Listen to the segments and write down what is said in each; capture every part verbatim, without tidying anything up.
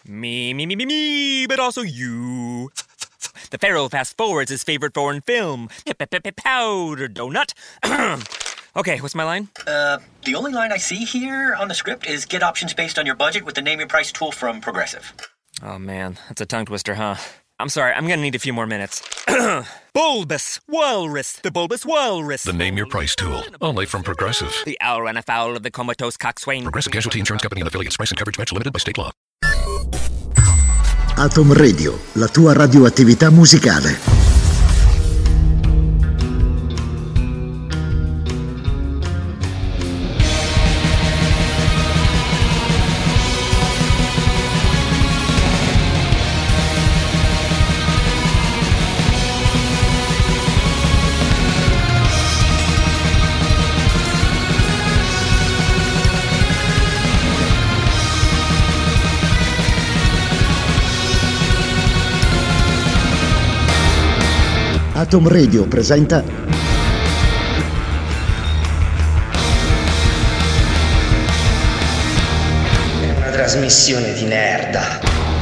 Me, me, me, me, me, but also you. The Pharaoh fast forwards his favorite foreign film, Powder Donut. Okay, what's my line? Uh, the only line I see here on the script is get options based on your budget with the Name Your Price tool from Progressive. Oh man, that's a tongue twister, huh? I'm sorry, I'm gonna need a few more minutes. Bulbous Walrus, the Bulbous Walrus. The Name Your Price tool, only from Progressive. The owl ran afoul of the comatose coxswain. Progressive Casualty Insurance Company and affiliates. Price and coverage match limited by state law. Atom Radio, la tua radioattività musicale. Atom Radio presenta È una trasmissione di nerda.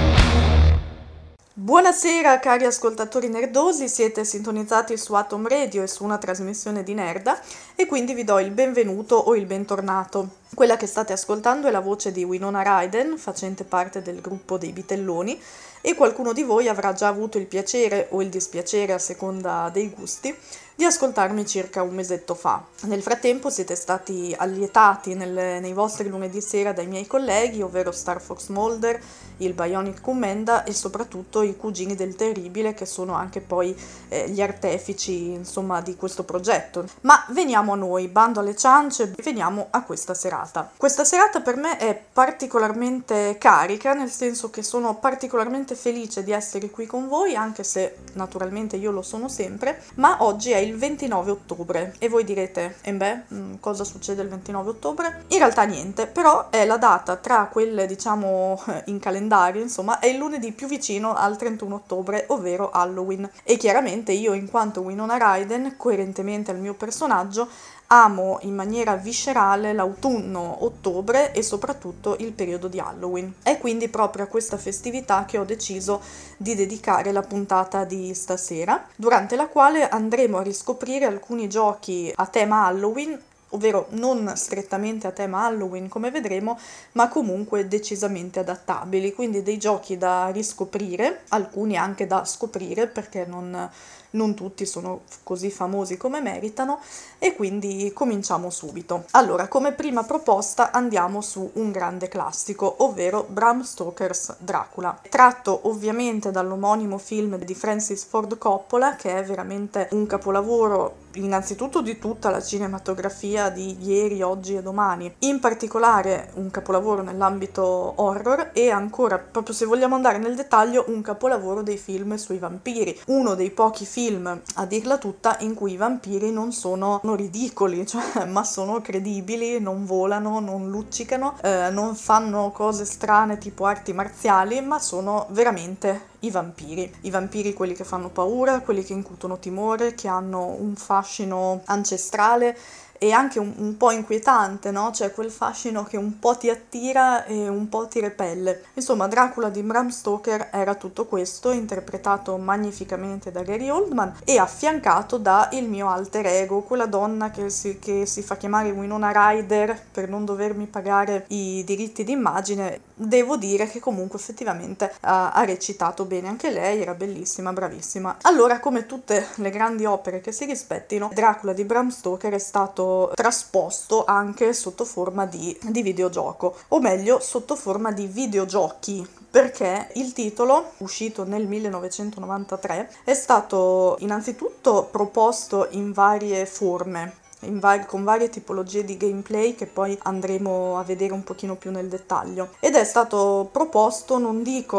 Buonasera cari ascoltatori nerdosi, siete sintonizzati su Atom Radio e su una trasmissione di Nerda e quindi vi do il benvenuto o il bentornato. Quella che state ascoltando è la voce di Winona Ryder, facente parte del gruppo dei Bitelloni, e qualcuno di voi avrà già avuto il piacere o il dispiacere a seconda dei gusti di ascoltarmi circa un mesetto fa. Nel frattempo siete stati allietati nel, nei vostri lunedì sera dai miei colleghi, ovvero Star Fox Mulder, il Bionic Commenda e soprattutto i cugini del Terribile, che sono anche poi eh, gli artefici insomma di questo progetto. Ma veniamo a noi, bando alle ciance, veniamo a questa serata. Questa serata per me è particolarmente carica, nel senso che sono particolarmente felice di essere qui con voi, anche se naturalmente io lo sono sempre, ma oggi è il ventinove ottobre e voi direte, e beh, cosa succede il ventinove ottobre? In realtà niente, però è la data tra quelle diciamo in calendario, insomma, è il lunedì più vicino al trentuno ottobre, ovvero Halloween. E chiaramente io, in quanto Winona Ryder, coerentemente al mio personaggio, amo in maniera viscerale l'autunno, ottobre e soprattutto il periodo di Halloween. È quindi proprio a questa festività che ho deciso di dedicare la puntata di stasera, durante la quale andremo a riscoprire alcuni giochi a tema Halloween, ovvero non strettamente a tema Halloween come vedremo, ma comunque decisamente adattabili, quindi dei giochi da riscoprire, alcuni anche da scoprire perché non, non tutti sono così famosi come meritano, e quindi cominciamo subito. Allora, come prima proposta andiamo su un grande classico, ovvero Bram Stoker's Dracula, tratto ovviamente dall'omonimo film di Francis Ford Coppola, che è veramente un capolavoro innanzitutto di tutta la cinematografia di ieri, oggi e domani, in particolare un capolavoro nell'ambito horror e ancora, proprio se vogliamo andare nel dettaglio, un capolavoro dei film sui vampiri, uno dei pochi film, a dirla tutta, in cui i vampiri non sono non ridicoli, cioè, ma sono credibili, non volano, non luccicano, eh, non fanno cose strane tipo arti marziali, ma sono veramente i vampiri. I vampiri, quelli che fanno paura, quelli che incutono timore, che hanno un fascino ancestrale e anche un, un po' inquietante, no? Cioè quel fascino che un po' ti attira e un po' ti repelle. Insomma, Dracula di Bram Stoker era tutto questo, interpretato magnificamente da Gary Oldman e affiancato da il mio alter ego, quella donna che si, che si fa chiamare Winona Ryder per non dovermi pagare i diritti d'immagine. Devo dire che comunque effettivamente ha, ha recitato bene anche lei, era bellissima, bravissima. Allora, come tutte le grandi opere che si rispettino, Dracula di Bram Stoker è stato trasposto anche sotto forma di, di videogioco, o meglio sotto forma di videogiochi, perché il titolo, uscito nel millenovecentonovantatré, è stato innanzitutto proposto in varie forme, in vari, con varie tipologie di gameplay che poi andremo a vedere un pochino più nel dettaglio, ed è stato proposto, non dico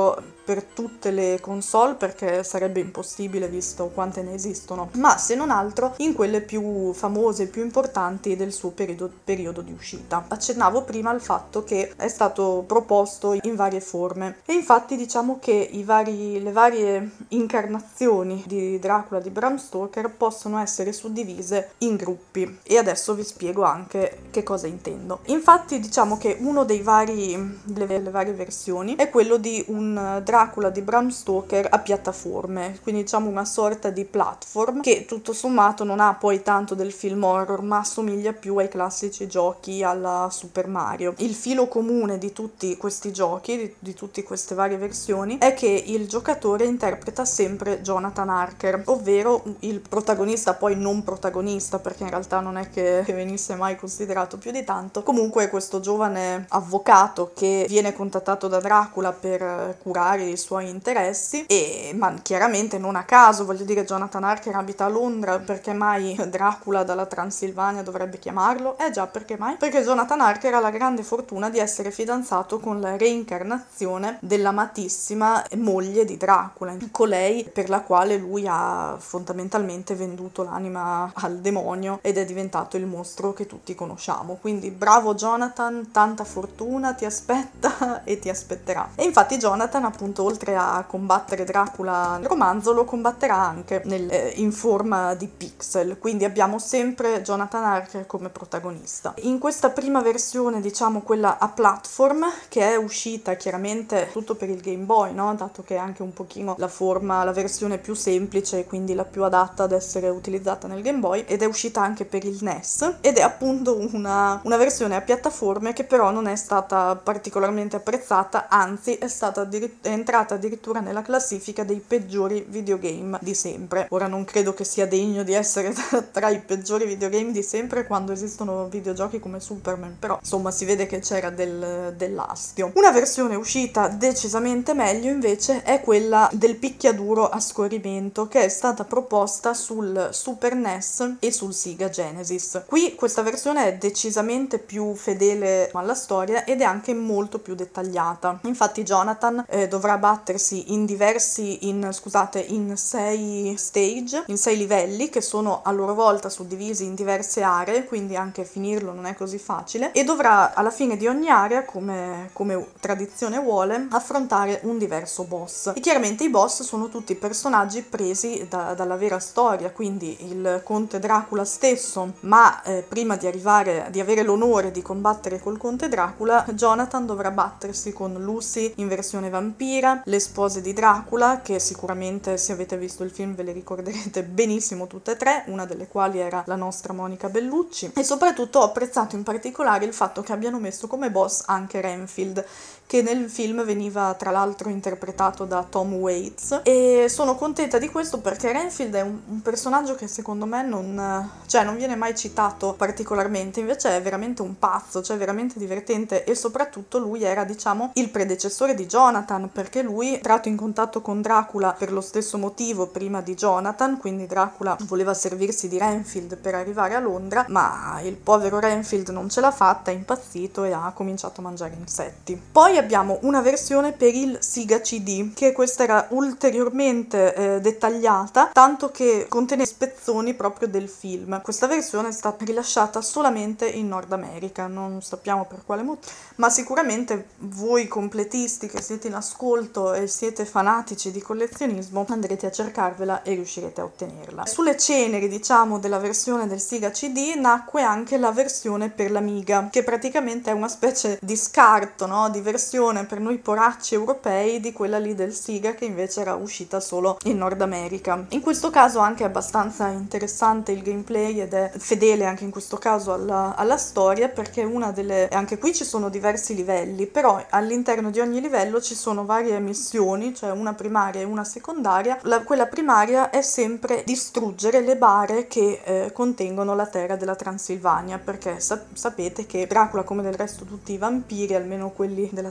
per tutte le console, perché sarebbe impossibile visto quante ne esistono, ma se non altro in quelle più famose, più importanti del suo periodo, periodo di uscita. Accennavo prima al fatto che è stato proposto in varie forme, e infatti diciamo che i vari, le varie incarnazioni di Dracula di Bram Stoker possono essere suddivise in gruppi, e adesso vi spiego anche che cosa intendo. Infatti diciamo che uno dei vari le, le varie versioni è quello di un Dracula di Bram Stoker a piattaforme, quindi diciamo una sorta di platform che tutto sommato non ha poi tanto del film horror, ma assomiglia più ai classici giochi alla Super Mario. Il filo comune di tutti questi giochi, di, di tutte queste varie versioni, è che il giocatore interpreta sempre Jonathan Harker, ovvero il protagonista, poi non protagonista perché in realtà non è che venisse mai considerato più di tanto. Comunque questo giovane avvocato che viene contattato da Dracula per curare i suoi interessi, e ma chiaramente non a caso, voglio dire, Jonathan Harker abita a Londra, perché mai Dracula dalla Transilvania dovrebbe chiamarlo? Eh già, perché mai? Perché Jonathan Harker ha la grande fortuna di essere fidanzato con la reincarnazione dell'amatissima moglie di Dracula, colei per la quale lui ha fondamentalmente venduto l'anima al demonio ed è diventato il mostro che tutti conosciamo. Quindi bravo Jonathan, tanta fortuna ti aspetta e ti aspetterà. E infatti Jonathan, appunto, oltre a combattere Dracula nel romanzo, lo combatterà anche nel, eh, in forma di pixel, quindi abbiamo sempre Jonathan Harker come protagonista. In questa prima versione, diciamo quella a platform, che è uscita chiaramente tutto per il Game Boy, no? Dato che è anche un pochino la forma, la versione più semplice e quindi la più adatta ad essere utilizzata nel Game Boy, ed è uscita anche per il N E S, ed è appunto una, una versione a piattaforme che però non è stata particolarmente apprezzata, anzi è stata addirittura, è entrata addirittura nella classifica dei peggiori videogame di sempre. Ora non credo che sia degno di essere tra i peggiori videogame di sempre quando esistono videogiochi come Superman, però insomma si vede che c'era del, dell'astio. Una versione uscita decisamente meglio invece è quella del picchiaduro a scorrimento, che è stata proposta sul Super N E S e sul Sega Genesis. Qui questa versione è decisamente più fedele alla storia ed è anche molto più dettagliata. Infatti Jonathan eh, dovrà battersi in diversi, in scusate, in sei stage, in sei livelli che sono a loro volta suddivisi in diverse aree, quindi anche finirlo non è così facile, e dovrà alla fine di ogni area, come, come tradizione vuole, affrontare un diverso boss. E chiaramente i boss sono tutti personaggi presi da, dalla vera storia, quindi il conte Dracula stesso, ma eh, prima di arrivare, di avere l'onore di combattere col conte Dracula, Jonathan dovrà battersi con Lucy in versione vampira, le spose di Dracula, che sicuramente se avete visto il film ve le ricorderete benissimo tutte e tre, una delle quali era la nostra Monica Bellucci, e soprattutto ho apprezzato in particolare il fatto che abbiano messo come boss anche Renfield, che nel film veniva tra l'altro interpretato da Tom Waits, e sono contenta di questo perché Renfield è un, un personaggio che secondo me non, cioè non viene mai citato particolarmente, invece è veramente un pazzo, cioè veramente divertente, e soprattutto lui era, diciamo, il predecessore di Jonathan, perché lui è entrato in contatto con Dracula per lo stesso motivo prima di Jonathan, quindi Dracula voleva servirsi di Renfield per arrivare a Londra, ma il povero Renfield non ce l'ha fatta, è impazzito e ha cominciato a mangiare insetti. Poi abbiamo una versione per il Sega C D, che questa era ulteriormente eh, dettagliata, tanto che contiene spezzoni proprio del film. Questa versione è stata rilasciata solamente in Nord America, non sappiamo per quale motivo, ma sicuramente voi completisti che siete in ascolto e siete fanatici di collezionismo andrete a cercarvela e riuscirete a ottenerla. Sulle ceneri, diciamo, della versione del Sega C D nacque anche la versione per l'Amiga, che praticamente è una specie di scarto, no? Di versione per noi poracci europei di quella lì del Sega, che invece era uscita solo in Nord America. In questo caso anche è abbastanza interessante il gameplay ed è fedele anche in questo caso alla, alla storia, perché una delle anche qui ci sono diversi livelli, però all'interno di ogni livello ci sono varie missioni, cioè una primaria e una secondaria. La, quella primaria è sempre distruggere le bare che eh, contengono la terra della Transilvania, perché sap- sapete che Dracula, come del resto tutti i vampiri, almeno quelli della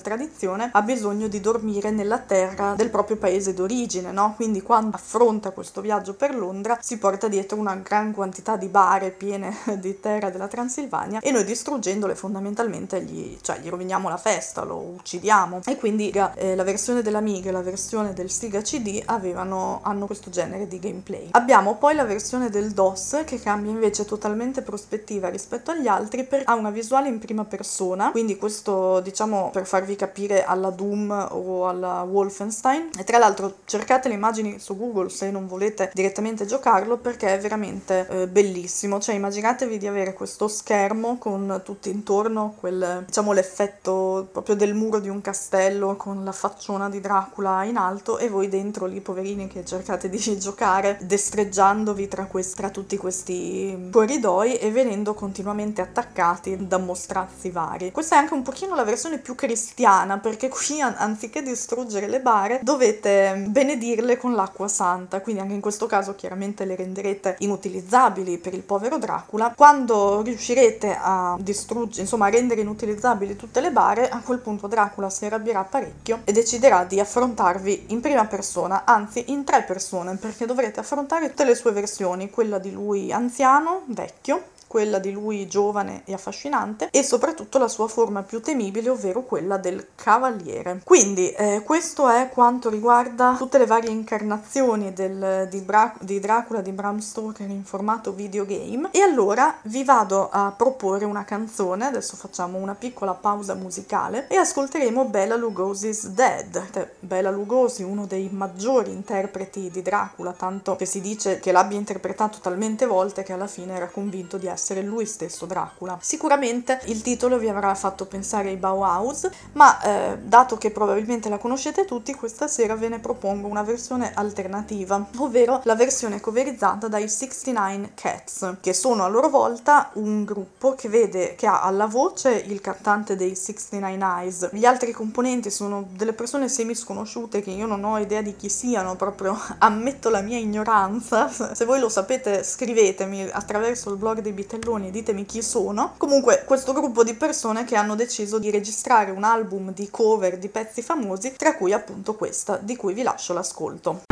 tradizione, ha bisogno di dormire nella terra del proprio paese d'origine, no? Quindi quando affronta questo viaggio per Londra si porta dietro una gran quantità di bare piene di terra della Transilvania e noi distruggendole fondamentalmente gli, cioè, gli roviniamo la festa, lo uccidiamo. E quindi eh, la versione dell'Amiga e la versione del Sega C D avevano, hanno questo genere di gameplay. Abbiamo poi la versione del DOS che cambia invece totalmente prospettiva rispetto agli altri, per, ha una visuale in prima persona, quindi questo diciamo per farvi capire alla Doom o alla Wolfenstein. E tra l'altro cercate le immagini su Google se non volete direttamente giocarlo, perché è veramente eh, bellissimo. Cioè immaginatevi di avere questo schermo con tutto intorno quel, diciamo, l'effetto proprio del muro di un castello con la facciona di Dracula in alto e voi dentro lì poverini che cercate di giocare destreggiandovi tra, questi, tra tutti questi corridoi e venendo continuamente attaccati da mostrazzi vari. Questa è anche un pochino la versione più cristiana, perché qui anziché distruggere le bare dovete benedirle con l'acqua santa, quindi anche in questo caso chiaramente le renderete inutilizzabili per il povero Dracula. Quando riuscirete a distruggere, insomma a rendere inutilizzabili tutte le bare, a quel punto Dracula si arrabbierà parecchio e deciderà di affrontarvi in prima persona, anzi in tre persone, perché dovrete affrontare tutte le sue versioni, quella di lui anziano, vecchio, quella di lui giovane e affascinante e soprattutto la sua forma più temibile, ovvero quella del cavaliere. Quindi eh, questo è quanto riguarda tutte le varie incarnazioni del, di, Bra- di Dracula di Bram Stoker in formato videogame. E allora vi vado a proporre una canzone, adesso facciamo una piccola pausa musicale e ascolteremo Bela Lugosi's Dead. Bela Lugosi, uno dei maggiori interpreti di Dracula, tanto che si dice che l'abbia interpretato talmente volte che alla fine era convinto di essere essere lui stesso Dracula. Sicuramente il titolo vi avrà fatto pensare ai Bauhaus, ma eh, dato che probabilmente la conoscete tutti, questa sera ve ne propongo una versione alternativa, ovvero la versione coverizzata dai sessantanove Cats, che sono a loro volta un gruppo che vede che ha alla voce il cantante dei sessantanove Eyes. Gli altri componenti sono delle persone semi sconosciute che io non ho idea di chi siano, proprio ammetto la mia ignoranza. Se voi lo sapete scrivetemi attraverso il blog dei Bitelloni e ditemi chi sono. Comunque questo gruppo di persone che hanno deciso di registrare un album di cover di pezzi famosi, tra cui appunto questa, di cui vi lascio l'ascolto.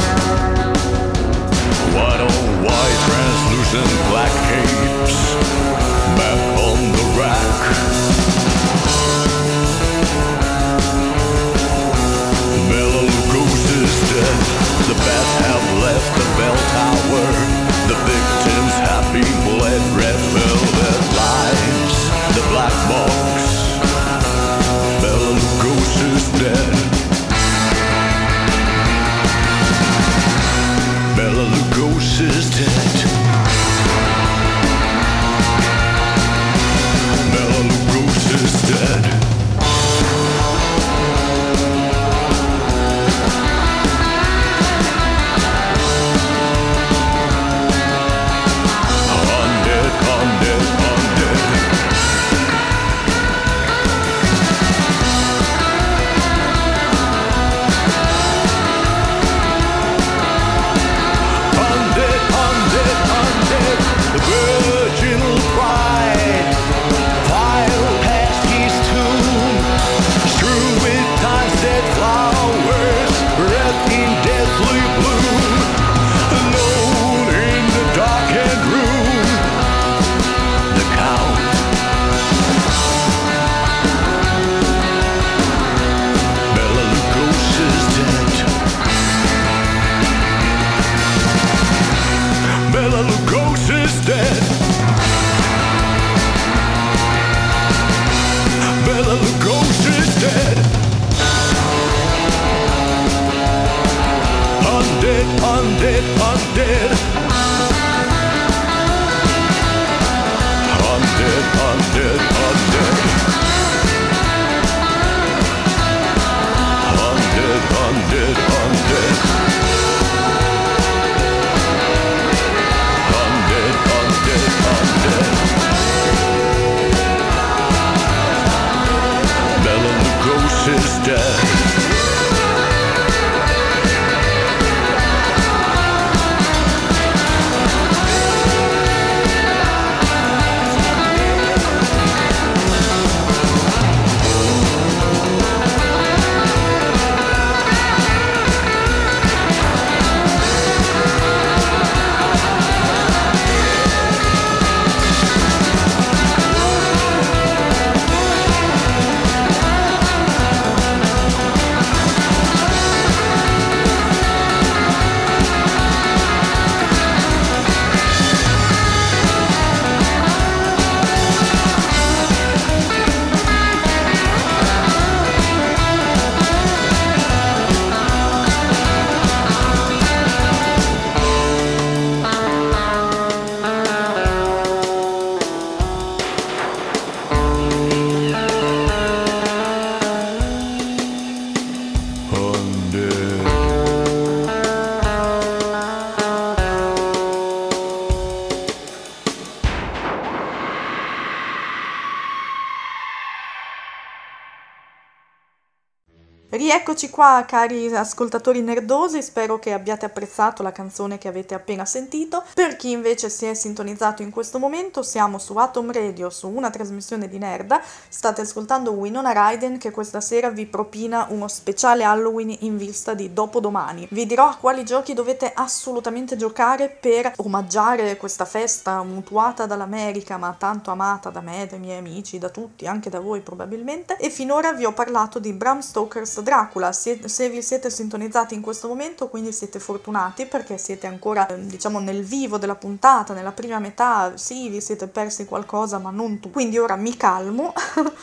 White on white, translucent black capes, back on the rack. Bela Lugosi's dead, the bats have left the bell tower, the victims have been bled, red velvet lights, the black box. Bela Lugosi's dead. Bela Lugosi's dead. Bela Lugosi's dead. Rieccoci qua, cari ascoltatori nerdosi, spero che abbiate apprezzato la canzone che avete appena sentito. Per chi invece si è sintonizzato in questo momento, siamo su Atom Radio, su una trasmissione di Nerda. State ascoltando Winona Ryder, che questa sera vi propina uno speciale Halloween in vista di dopodomani. Vi dirò a quali giochi dovete assolutamente giocare per omaggiare questa festa mutuata dall'America, ma tanto amata da me, dai miei amici, da tutti, anche da voi probabilmente. E finora vi ho parlato di Bram Stoker's Dracula. Se, se vi siete sintonizzati in questo momento, quindi siete fortunati, perché siete ancora eh, diciamo nel vivo della puntata, nella prima metà. Sì, vi siete persi qualcosa, ma non tu. Quindi ora mi calmo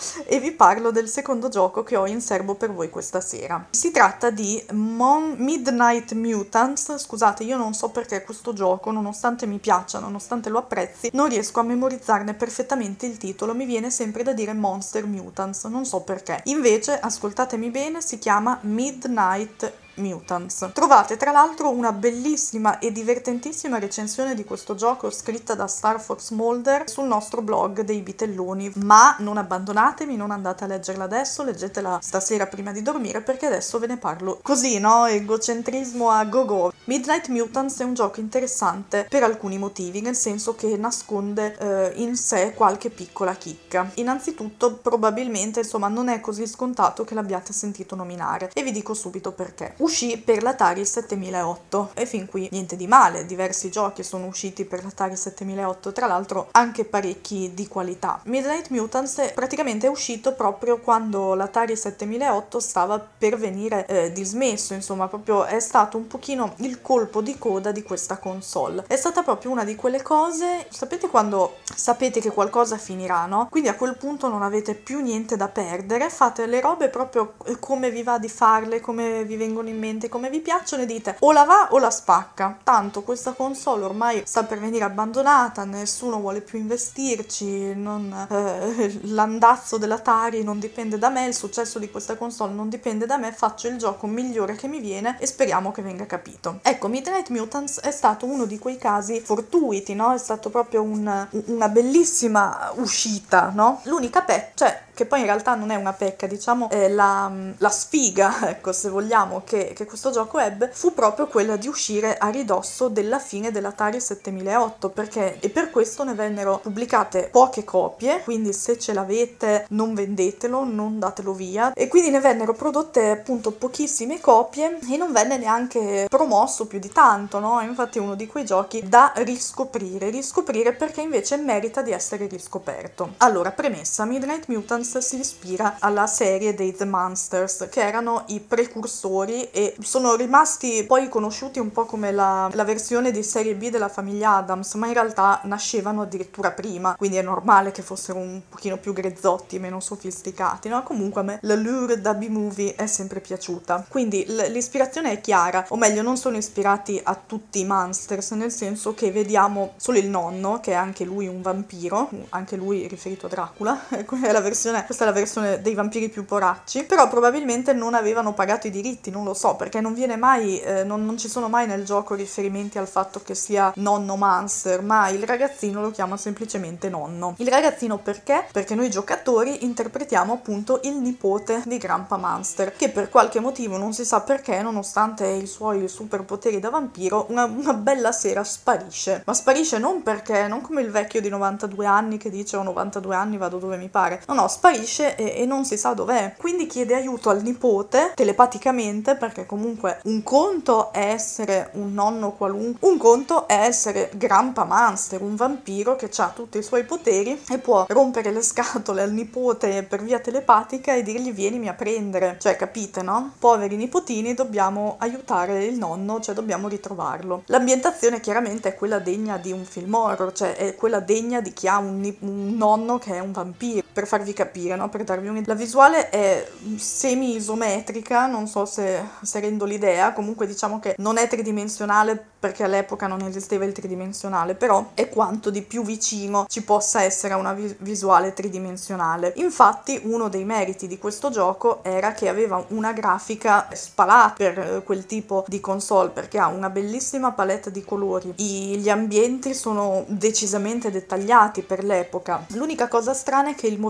e vi parlo del secondo gioco che ho in serbo per voi questa sera. Si tratta di Mon- Midnight Mutants. Scusate, io non so perché questo gioco, nonostante mi piaccia, nonostante lo apprezzi, non riesco a memorizzarne perfettamente il titolo. Mi viene sempre da dire Monster Mutants, non so perché. Invece, ascoltatemi bene, si chiama Midnight Mutants. Trovate tra l'altro una bellissima e divertentissima recensione di questo gioco scritta da Star Fox Mulder sul nostro blog dei Bitelloni, ma non abbandonatemi, non andate a leggerla adesso, leggetela stasera prima di dormire, perché adesso ve ne parlo così, no? Egocentrismo a go-go. Midnight Mutants è un gioco interessante per alcuni motivi, nel senso che nasconde eh, in sé qualche piccola chicca. Innanzitutto, probabilmente, insomma, non è così scontato che l'abbiate sentito nominare, e vi dico subito perché. Uscì per l'Atari settemilaotto e fin qui niente di male, diversi giochi sono usciti per l'Atari settemilaotto, tra l'altro anche parecchi di qualità. Midnight Mutants è praticamente uscito proprio quando l'Atari settemilaotto stava per venire eh, dismesso, insomma proprio è stato un pochino il colpo di coda di questa console. È stata proprio una di quelle cose, sapete quando sapete che qualcosa finirà, no? Quindi a quel punto non avete più niente da perdere, fate le robe proprio come vi va di farle, come vi vengono in mente, come vi piacciono, e dite o la va o la spacca, tanto questa console ormai sta per venire abbandonata, nessuno vuole più investirci, non, eh, l'andazzo dell'Atari non dipende da me, il successo di questa console non dipende da me, faccio il gioco migliore che mi viene e speriamo che venga capito. Ecco, Midnight Mutants è stato uno di quei casi fortuiti, no? È stato proprio un, una bellissima uscita, no? L'unica pecca, cioè che poi in realtà non è una pecca, diciamo eh, la, la sfiga, ecco, se vogliamo, che, che questo gioco ebbe, fu proprio quella di uscire a ridosso della fine dell'Atari settemilaotto, perché e per questo ne vennero pubblicate poche copie, quindi se ce l'avete non vendetelo, non datelo via, e quindi ne vennero prodotte appunto pochissime copie e non venne neanche promosso più di tanto, no? Infatti è uno di quei giochi da riscoprire, riscoprire perché invece merita di essere riscoperto. Allora, premessa, Midnight Mutants si ispira alla serie dei The Munsters, che erano i precursori e sono rimasti poi conosciuti un po' come la, la versione di serie B della famiglia Addams, ma in realtà nascevano addirittura prima, quindi è normale che fossero un pochino più grezzotti, meno sofisticati, no? Comunque a me l'allure da B-movie è sempre piaciuta, quindi l- l'ispirazione è chiara, o meglio non sono ispirati a tutti i Munsters, nel senso che vediamo solo il nonno, che è anche lui un vampiro, anche lui riferito a Dracula, è la versione questa è la versione dei vampiri più poracci, però probabilmente non avevano pagato i diritti, non lo so, perché non viene mai, eh, non, non ci sono mai nel gioco riferimenti al fatto che sia nonno Munster, ma il ragazzino lo chiama semplicemente nonno. Il ragazzino perché? Perché noi giocatori interpretiamo appunto il nipote di Grandpa Munster, che per qualche motivo, non si sa perché, nonostante i suoi superpoteri da vampiro, una, una bella sera sparisce. Ma sparisce non perché, non come il vecchio di novantadue anni che dice ho novantadue anni, vado dove mi pare, no no, sparisce e, e non si sa dov'è, quindi chiede aiuto al nipote telepaticamente, perché comunque un conto è essere un nonno qualunque, un conto è essere Grandpa Munster, un vampiro che ha tutti i suoi poteri e può rompere le scatole al nipote per via telepatica e dirgli vienimi a prendere, cioè capite, no? Poveri nipotini, dobbiamo aiutare il nonno, cioè dobbiamo ritrovarlo. L'ambientazione chiaramente è quella degna di un film horror, cioè è quella degna di chi ha un, nip- un nonno che è un vampiro, per farvi capire, no? Per darvi un'idea. La visuale è semi-isometrica, non so se, se rendo l'idea, comunque diciamo che non è tridimensionale perché all'epoca non esisteva il tridimensionale, però è quanto di più vicino ci possa essere a una vis- visuale tridimensionale. Infatti uno dei meriti di questo gioco era che aveva una grafica spalata per quel tipo di console, perché ha una bellissima palette di colori, I, gli ambienti sono decisamente dettagliati per l'epoca. L'unica cosa strana è che il movimento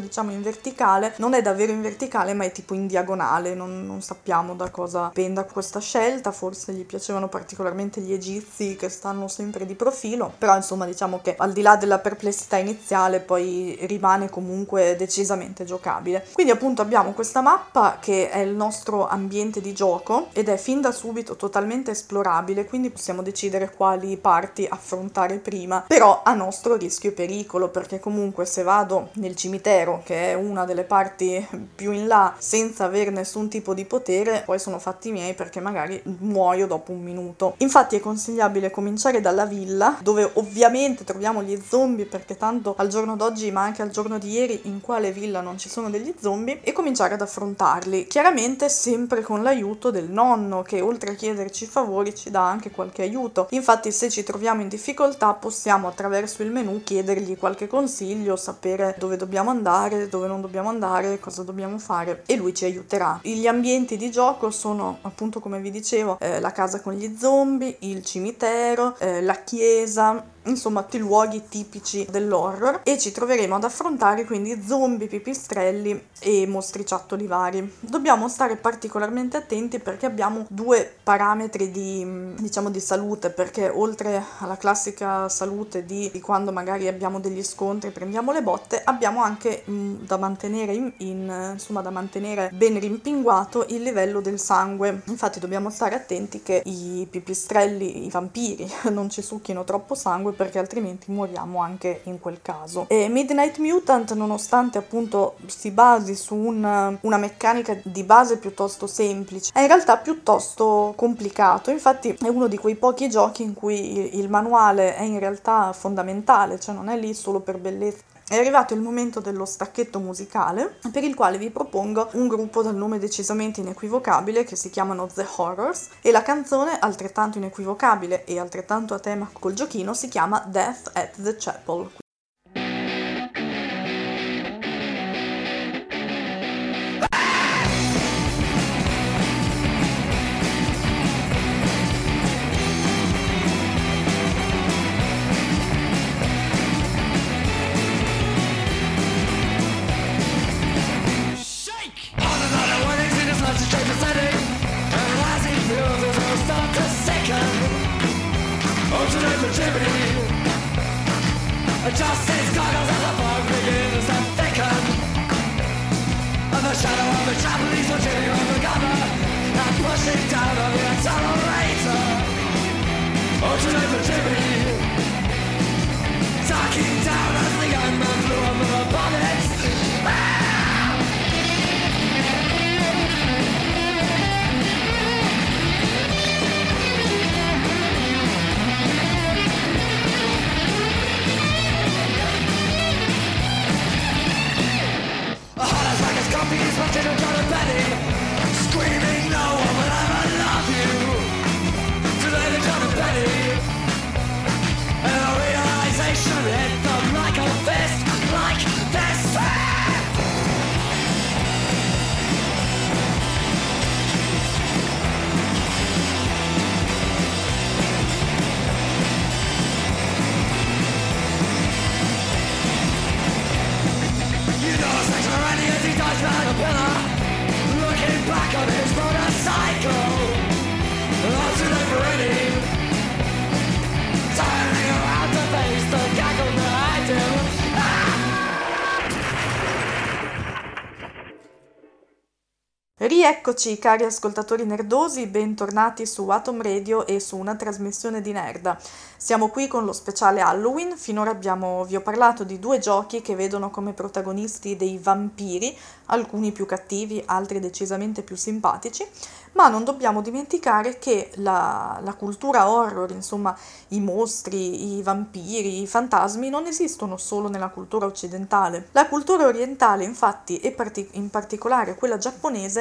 diciamo in verticale, non è davvero in verticale ma è tipo in diagonale, non, non sappiamo da cosa dipenda questa scelta, forse gli piacevano particolarmente gli egizi che stanno sempre di profilo, però insomma diciamo che al di là della perplessità iniziale poi rimane comunque decisamente giocabile. Quindi appunto abbiamo questa mappa che è il nostro ambiente di gioco ed è fin da subito totalmente esplorabile, quindi possiamo decidere quali parti affrontare prima, però a nostro rischio e pericolo, perché comunque se vado nel cimitero, che è una delle parti più in là, senza avere nessun tipo di potere, poi sono fatti miei perché magari muoio dopo un minuto. Infatti è consigliabile cominciare dalla villa, dove ovviamente troviamo gli zombie, perché tanto al giorno d'oggi ma anche al giorno di ieri in quale villa non ci sono degli zombie, e cominciare ad affrontarli, chiaramente sempre con l'aiuto del nonno, che oltre a chiederci favori ci dà anche qualche aiuto. Infatti se ci troviamo in difficoltà possiamo attraverso il menu chiedergli qualche consiglio, sapere dove dobbiamo andare, dove non dobbiamo andare, cosa dobbiamo fare, e lui ci aiuterà. Gli ambienti di gioco sono appunto, come vi dicevo, eh, la casa con gli zombie, il cimitero, eh, la chiesa, insomma tutti i luoghi tipici dell'horror, e ci troveremo ad affrontare quindi zombie, pipistrelli e mostriciattoli vari. Dobbiamo stare particolarmente attenti perché abbiamo due parametri di, diciamo, di salute, perché oltre alla classica salute di, di quando magari abbiamo degli scontri e prendiamo le botte, abbiamo anche mh, da mantenere in, in, insomma da mantenere ben rimpinguato il livello del sangue. Infatti dobbiamo stare attenti che i pipistrelli, i vampiri non ci succhino troppo sangue, perché altrimenti moriamo anche in quel caso. E Midnight Mutant, nonostante appunto si basi su un, una meccanica di base piuttosto semplice, è in realtà piuttosto complicato. Infatti è uno di quei pochi giochi in cui il manuale è in realtà fondamentale, cioè non è lì solo per bellezza. È arrivato il momento dello stacchetto musicale, per il quale vi propongo un gruppo dal nome decisamente inequivocabile che si chiamano The Horrors, e la canzone, altrettanto inequivocabile e altrettanto a tema col giochino, si chiama Death at the Chapel. Just as goggles as the fog begins to thicken, and the shadow of the trampolines will chilling on the cover and pushing down on the accelerator. Oh, tonight for Jimmy, talking down as the young man flew under the bonnets. Ah! Copies of Jim and John and Betty, screaming no one will ever love you. Today they're John and Betty, and the realization hit them like a fist, like this. You know it's like already as he dies behind a pillar, looking back on his motorcycle. Lost it over ready, turning around to face the gaggle behind him. Rieccoci cari ascoltatori nerdosi, bentornati su Atom Radio e su una trasmissione di Nerda. Siamo qui con lo speciale Halloween. Finora abbiamo, vi ho parlato di due giochi che vedono come protagonisti dei vampiri, alcuni più cattivi, altri decisamente più simpatici, ma non dobbiamo dimenticare che la, la cultura horror, insomma i mostri, i vampiri, i fantasmi non esistono solo nella cultura occidentale. La cultura orientale, infatti, e partic- in particolare quella giapponese,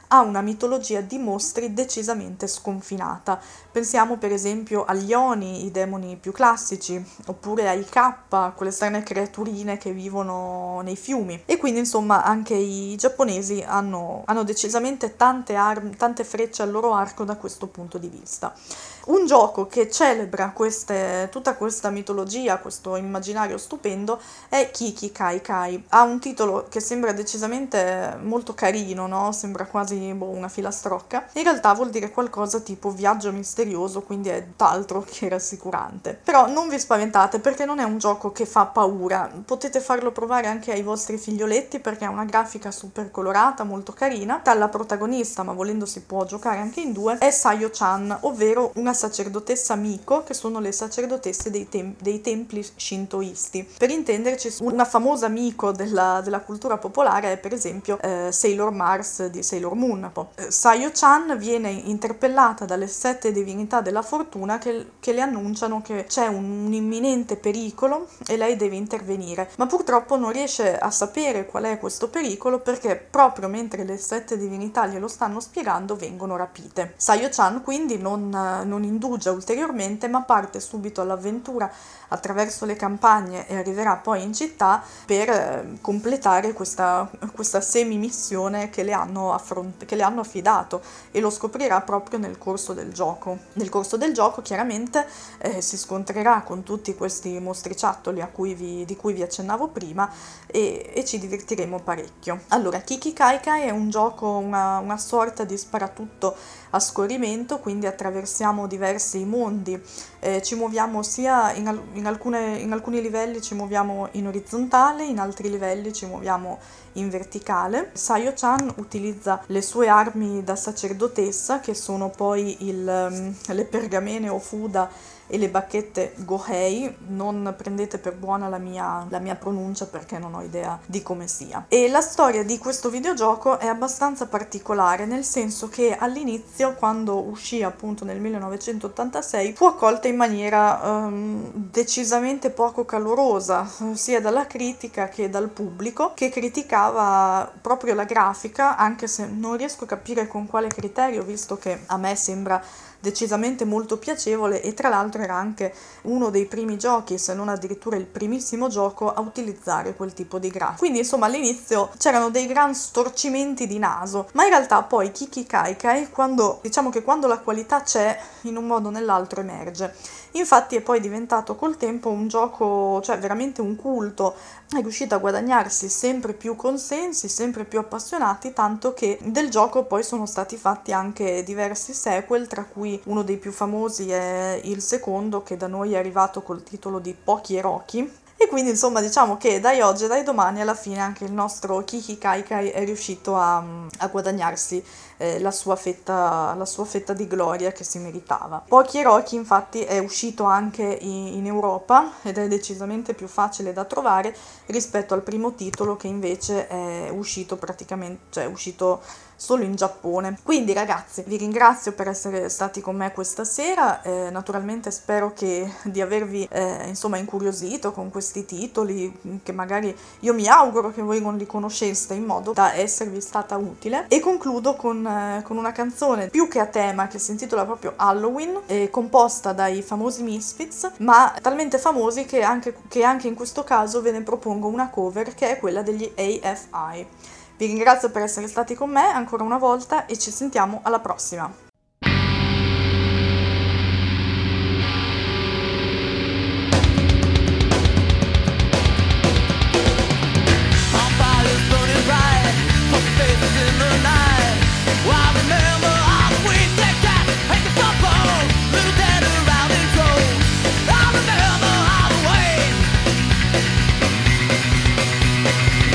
ha una mitologia di mostri decisamente sconfinata. Pensiamo per esempio agli Oni, i demoni più classici, oppure ai Kappa, quelle strane creaturine che vivono nei fiumi. E quindi insomma anche i giapponesi hanno, hanno decisamente tante armi, tante frecce al loro arco da questo punto di vista. Un gioco che celebra queste, tutta questa mitologia, questo immaginario stupendo, è Kiki Kai Kai. Ha un titolo che sembra decisamente molto carino, no? Sembra quasi boh, una filastrocca. In realtà vuol dire qualcosa tipo viaggio misterioso, quindi è tutt'altro che rassicurante. Però non vi spaventate, perché non è un gioco che fa paura. Potete farlo provare anche ai vostri figlioletti, perché ha una grafica super colorata, molto carina. Dalla protagonista, ma volendo si può giocare anche in due, è Sayo-chan, ovvero una sacerdotessa Miko, che sono le sacerdotesse dei, tem- dei templi shintoisti. Per intenderci, una famosa Miko della, della cultura popolare è per esempio eh, Sailor Mars di Sailor Moon. Eh, Sayo-chan viene interpellata dalle sette divinità della fortuna che, che le annunciano che c'è un, un imminente pericolo e lei deve intervenire, ma purtroppo non riesce a sapere qual è questo pericolo, perché proprio mentre le sette divinità glielo stanno spiegando vengono rapite. Sayo-chan quindi non, non indugia ulteriormente, ma parte subito all'avventura attraverso le campagne e arriverà poi in città per eh, completare questa, questa semi-missione che le, hanno affront- che le hanno affidato, e lo scoprirà proprio nel corso del gioco. Nel corso del gioco chiaramente eh, si scontrerà con tutti questi mostriciattoli a cui vi, di cui vi accennavo prima, e, e ci divertiremo parecchio. Allora, Kiki Kai Kai è un gioco, una, una sorta di sparatutto a scorrimento, quindi attraversiamo diversi mondi, eh, ci muoviamo sia in, al- in, alcune, in alcuni livelli ci muoviamo in orizzontale, in altri livelli ci muoviamo in verticale. Sayo-chan utilizza le sue armi da sacerdotessa, che sono poi il, um, le pergamene o fuda e le bacchette Gohei. Non prendete per buona la mia, la mia pronuncia, perché non ho idea di come sia. E la storia di questo videogioco è abbastanza particolare, nel senso che all'inizio, quando uscì appunto nel millenovecentottantasei, fu accolta in maniera um, decisamente poco calorosa, sia dalla critica che dal pubblico, che criticava proprio la grafica, anche se non riesco a capire con quale criterio, visto che a me sembra decisamente molto piacevole, e tra l'altro era anche uno dei primi giochi, se non addirittura il primissimo gioco a utilizzare quel tipo di grafica. Quindi insomma all'inizio c'erano dei gran storcimenti di naso, ma in realtà poi Kiki Kai Kai, quando, diciamo che quando la qualità c'è, in un modo o nell'altro emerge. Infatti è poi diventato col tempo un gioco, cioè veramente un culto, è riuscito a guadagnarsi sempre più consensi, sempre più appassionati, tanto che del gioco poi sono stati fatti anche diversi sequel, tra cui uno dei più famosi è il secondo, che da noi è arrivato col titolo di Poki e Roki. E quindi insomma diciamo che dai oggi e dai domani alla fine anche il nostro Kiki Kai Kai è riuscito a, a guadagnarsi eh, la, sua fetta, la sua fetta di gloria che si meritava. Poki e Roki infatti è uscito anche in, in Europa, ed è decisamente più facile da trovare rispetto al primo titolo, che invece è uscito praticamente, cioè è uscito solo in Giappone. Quindi ragazzi, vi ringrazio per essere stati con me questa sera, eh, naturalmente spero che di avervi eh, insomma incuriosito con questi titoli, che magari io mi auguro che voi non li conosceste, in modo da esservi stata utile. E concludo con, eh, con una canzone più che a tema, che si intitola proprio Halloween, eh, composta dai famosi Misfits, ma talmente famosi che anche, che anche in questo caso ve ne propongo una cover, che è quella degli A F I. Vi ringrazio per essere stati con me ancora una volta e ci sentiamo alla prossima.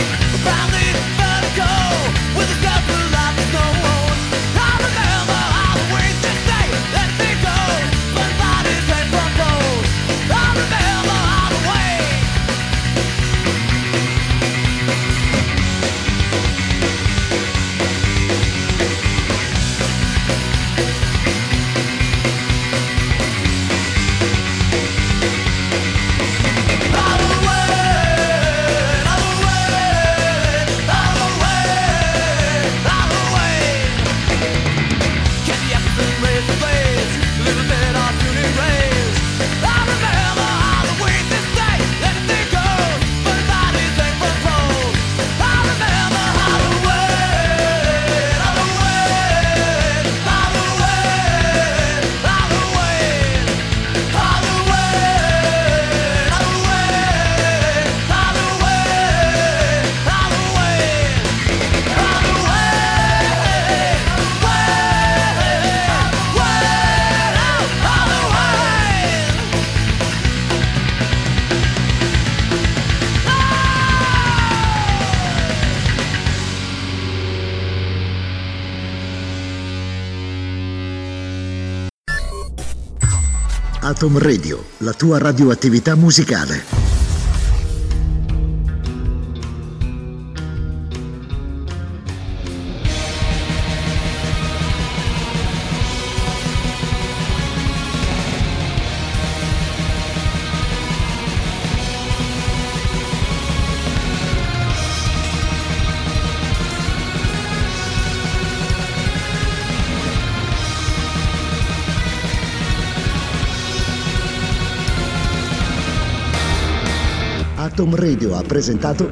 With a couple of no one, I remember Atom Radio, la tua radioattività musicale. Atom Radio ha presentato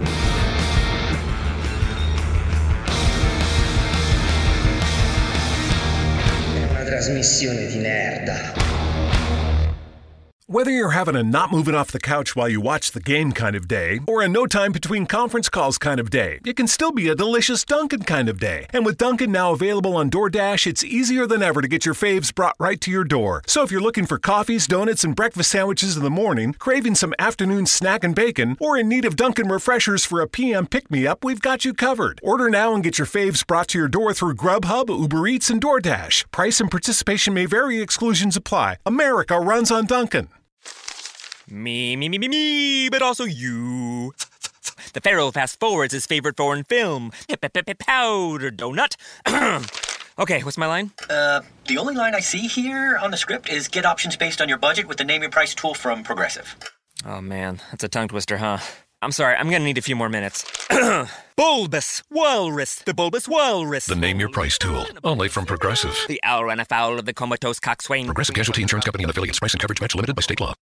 È una trasmissione di merda. Whether you're having a not moving off the couch while you watch the game kind of day, or a no time between conference calls kind of day, it can still be a delicious Dunkin' kind of day. And with Dunkin' now available on DoorDash, it's easier than ever to get your faves brought right to your door. So if you're looking for coffees, donuts, and breakfast sandwiches in the morning, craving some afternoon snack and bacon, or in need of Dunkin' refreshers for a P M pick-me-up, we've got you covered. Order now and get your faves brought to your door through Grubhub, Uber Eats, and DoorDash. Price and participation may vary. Exclusions apply. America runs on Dunkin'. Me, me, me, me, me, but also you. The Pharaoh fast forwards his favorite foreign film, Powder Donut. Okay, what's my line? Uh, the only line I see here on the script is get options based on your budget with the Name Your Price tool from Progressive. Oh man, that's a tongue twister, huh? I'm sorry, I'm gonna need a few more minutes. Bulbous Walrus, the Bulbous Walrus. The Name Your Price tool, only from Progressive. The owl ran afoul of the comatose coxswain. Progressive Casualty Insurance Company and affiliates. Price and coverage match limited by state law.